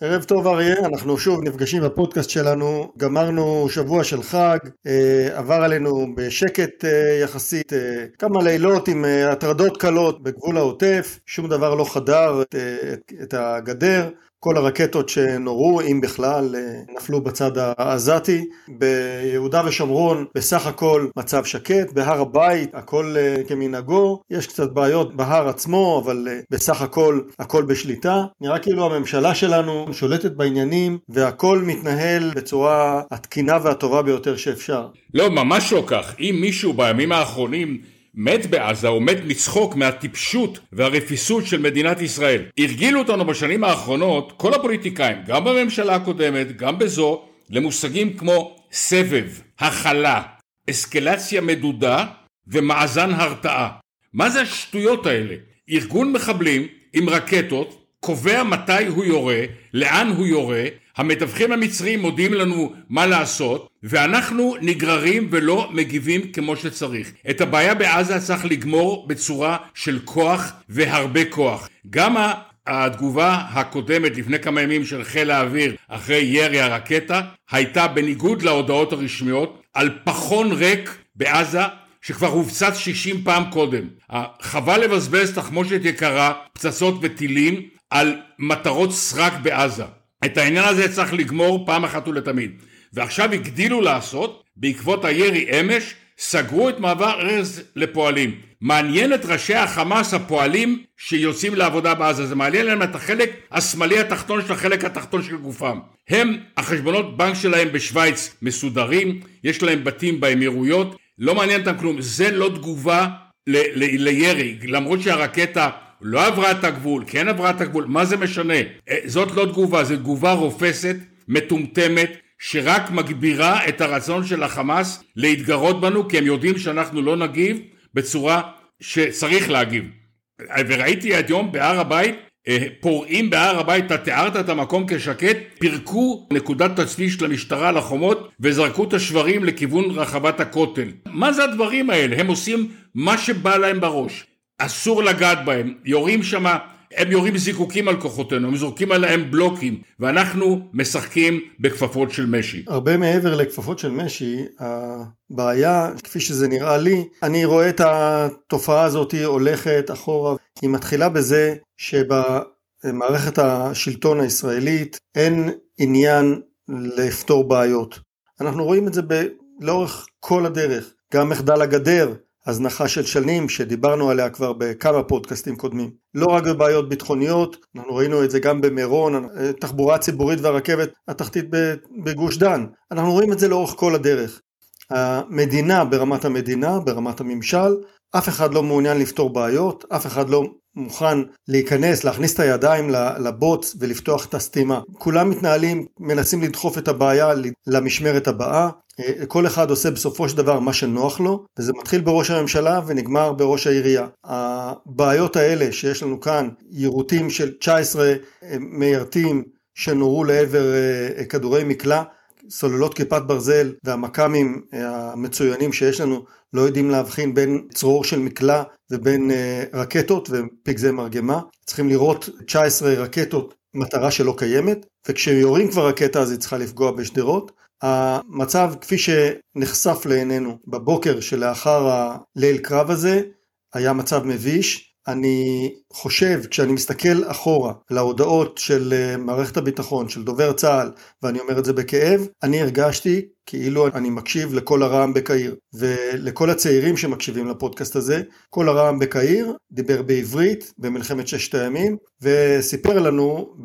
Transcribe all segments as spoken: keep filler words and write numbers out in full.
ערב טוב אריה, אנחנו שוב נפגשים בפודקאסט שלנו, גמרנו שבוע של חג, עבר עלינו בשקט יחסית, כמה לילות עם הטרדות קלות בגבול העוטף, שום דבר לא חדר את, את הגדר, כל הרקטות שנורו, אם בכלל, נפלו בצד העזתי. ביהודה ושומרון בסך הכל מצב שקט, בהר הבית הכל כמנהגו, יש קצת בעיות בהר עצמו, אבל בסך הכל הכל בשליטה. נראה כאילו הממשלה שלנו שולטת בעניינים והכל מתנהל בצורה התקינה והטובה ביותר שאפשר. לא, ממש לא כך. אם מישהו בימים האחרונים מת בעזה, הוא מת מצחוק מהטיפשות והרפיסות של מדינת ישראל. הרגילו אותנו בשנים האחרונות, כל הפוליטיקאים, גם בממשלה הקודמת, גם בזו, למושגים כמו סבב, הכלה, אסקלציה מדודה ומאזן הרתעה. מה זה השטויות האלה? ארגון מחבלים עם רקטות, קובע מתי הוא יורה, לאן הוא יורה, המתווכים המצריים מודיעים לנו מה לעשות, ואנחנו נגררים ולא מגיבים כמו שצריך. את הבעיה בעזה צריך לגמור בצורה של כוח והרבה כוח. גם התגובה הקודמת לפני כמה ימים של חיל האוויר אחרי ירי הרקטה, הייתה בניגוד להודעות הרשמיות על פחון ריק בעזה, שכבר הופצץ שישים פעם קודם. חבל לבזבז תחמושת יקרה, פצצות וטילים, על מטרות סרק בעזה. את העניין הזה צריך לגמור פעם אחת ולתמיד. ועכשיו הגדילו לעשות, בעקבות הירי אמש, סגרו את מעבר ארז לפועלים. מעניין את ראשי החמאס הפועלים שיוצאים לעבודה בעזה. זה מעניין להם את החלק השמאלי התחתון של החלק התחתון של גופם. הם, החשבונות בנק שלהם בשוויץ מסודרים, יש להם בתים באמירויות, לא מעניין אותם כלום. זה לא תגובה ל- ל- לירי, למרות שהרקטה לא עברה את הגבול, כן עברה את הגבול, מה זה משנה? זאת לא תגובה, זו תגובה רופסת, מטומטמת, שרק מגבירה את הרצון של החמאס להתגרות בנו, כי הם יודעים שאנחנו לא נגיב בצורה שצריך להגיב. וראיתי היום בהר הבית, פורעים בהר הבית, אתה תיארת את המקום כשקט, פירקו נקודת תצפי של המשטרה על החומות, וזרקו את השברים לכיוון רחבת הכותל. מה זה הדברים האלה? הם עושים מה שבא להם בראש. אסור לגעת בהם, יורים שמה, הם יורים זיקוקים על כוחותינו, הם זורקים עליהם בלוקים, ואנחנו משחקים בכפפות של משי. הרבה מעבר לכפפות של משי, הבעיה, כפי שזה נראה לי, אני רואה את התופעה הזאת הולכת אחורה, היא מתחילה בזה שבמערכת השלטון הישראלית אין עניין לפתור בעיות. אנחנו רואים את זה ב- לאורך כל הדרך, גם מחדל הגדר, הזנחה של שנים שדיברנו עליה כבר בכמה פודקאסטים קודמים. לא רק בבעיות ביטחוניות, אנחנו ראינו את זה גם במירון, תחבורה ציבורית והרכבת התחתית בגוש דן. אנחנו רואים את זה לאורך כל הדרך. המדינה ברמת המדינה, ברמת הממשל, אף אחד לא מעוניין לפתור בעיות, אף אחד לא מוכן להיכנס, להכניס את הידיים לבוץ ולפתוח את הסתימה. כולם מתנהלים, מנסים לדחוף את הבעיה למשמרת הבאה, כל אחד עושה בסופו של דבר מה שנוח לו, וזה מתחיל בראש הממשלה ונגמר בראש העירייה. הבעיות האלה שיש לנו כאן, יירוטים של תשע עשרה מיירטים שנורו לעבר כדורי מקלע, סוללות כיפת ברזל והמקמים המצוינים שיש לנו לא יודעים להבחין בין צרור של מקלע ובין רקטות ופגזי מרגמה. צריכים לראות תשע עשרה רקטות, מטרה שלא קיימת, וכשיורים כבר רקטה אז היא צריכה לפגוע בשדרות. המצב כפי שנחשף לעינינו בבוקר שלאחר הליל קרב הזה היה מצב מביש. אני חושב, כשאני מסתכל אחורה להודעות של מערכת הביטחון, של דובר צה"ל, ואני אומר את זה בכאב, אני הרגשתי כאילו אני מקשיב לכל הרעם בקהיר, ולכל הצעירים שמקשיבים לפודקאסט הזה. כל הרעם בקהיר דיבר בעברית במלחמת ששת הימים, וסיפר לנו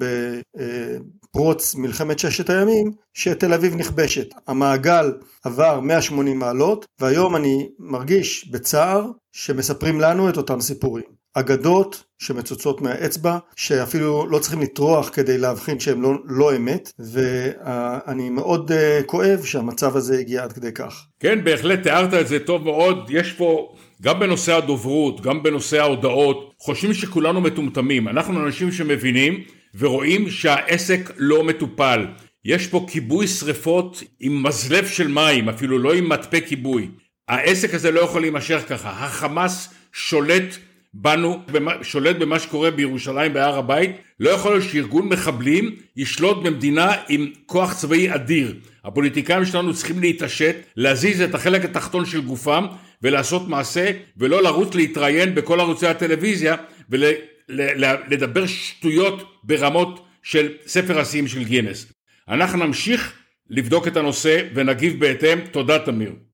בפרוץ מלחמת ששת הימים שתל אביב נכבשת. המעגל עבר מאה ושמונים מעלות, והיום אני מרגיש בצער שמספרים לנו את אותם סיפורים. אגדות שמצוצות מהאצבע, שאפילו לא צריכים לטרוח כדי להבחין שהם לא, לא אמת, ואני מאוד uh, כואב שהמצב הזה הגיע עד כדי כך. כן, בהחלט תיארת את זה טוב מאוד. יש פה, גם בנושא הדוברות, גם בנושא ההודעות, חושבים שכולנו מטומטמים. אנחנו אנשים שמבינים ורואים שהעסק לא מטופל. יש פה כיבוי שריפות עם מזלב של מים, אפילו לא עם מטפה כיבוי. העסק הזה לא יכול להימשך ככה. החמאס שולט בנו, שולט במה שקורה בירושלים בהר הבית. לא יכול להיות שארגון מחבלים ישלוט במדינה עם כוח צבאי אדיר. הפוליטיקאים שלנו צריכים להתעשת, להזיז את החלק התחתון של גופם ולעשות מעשה, ולא לרוץ להתראיין בכל ערוצי הטלוויזיה ולדבר שטויות ברמות של ספר השיאים של גינס. אנחנו נמשיך לבדוק את הנושא ונגיב בהתאם. תודה תמיר.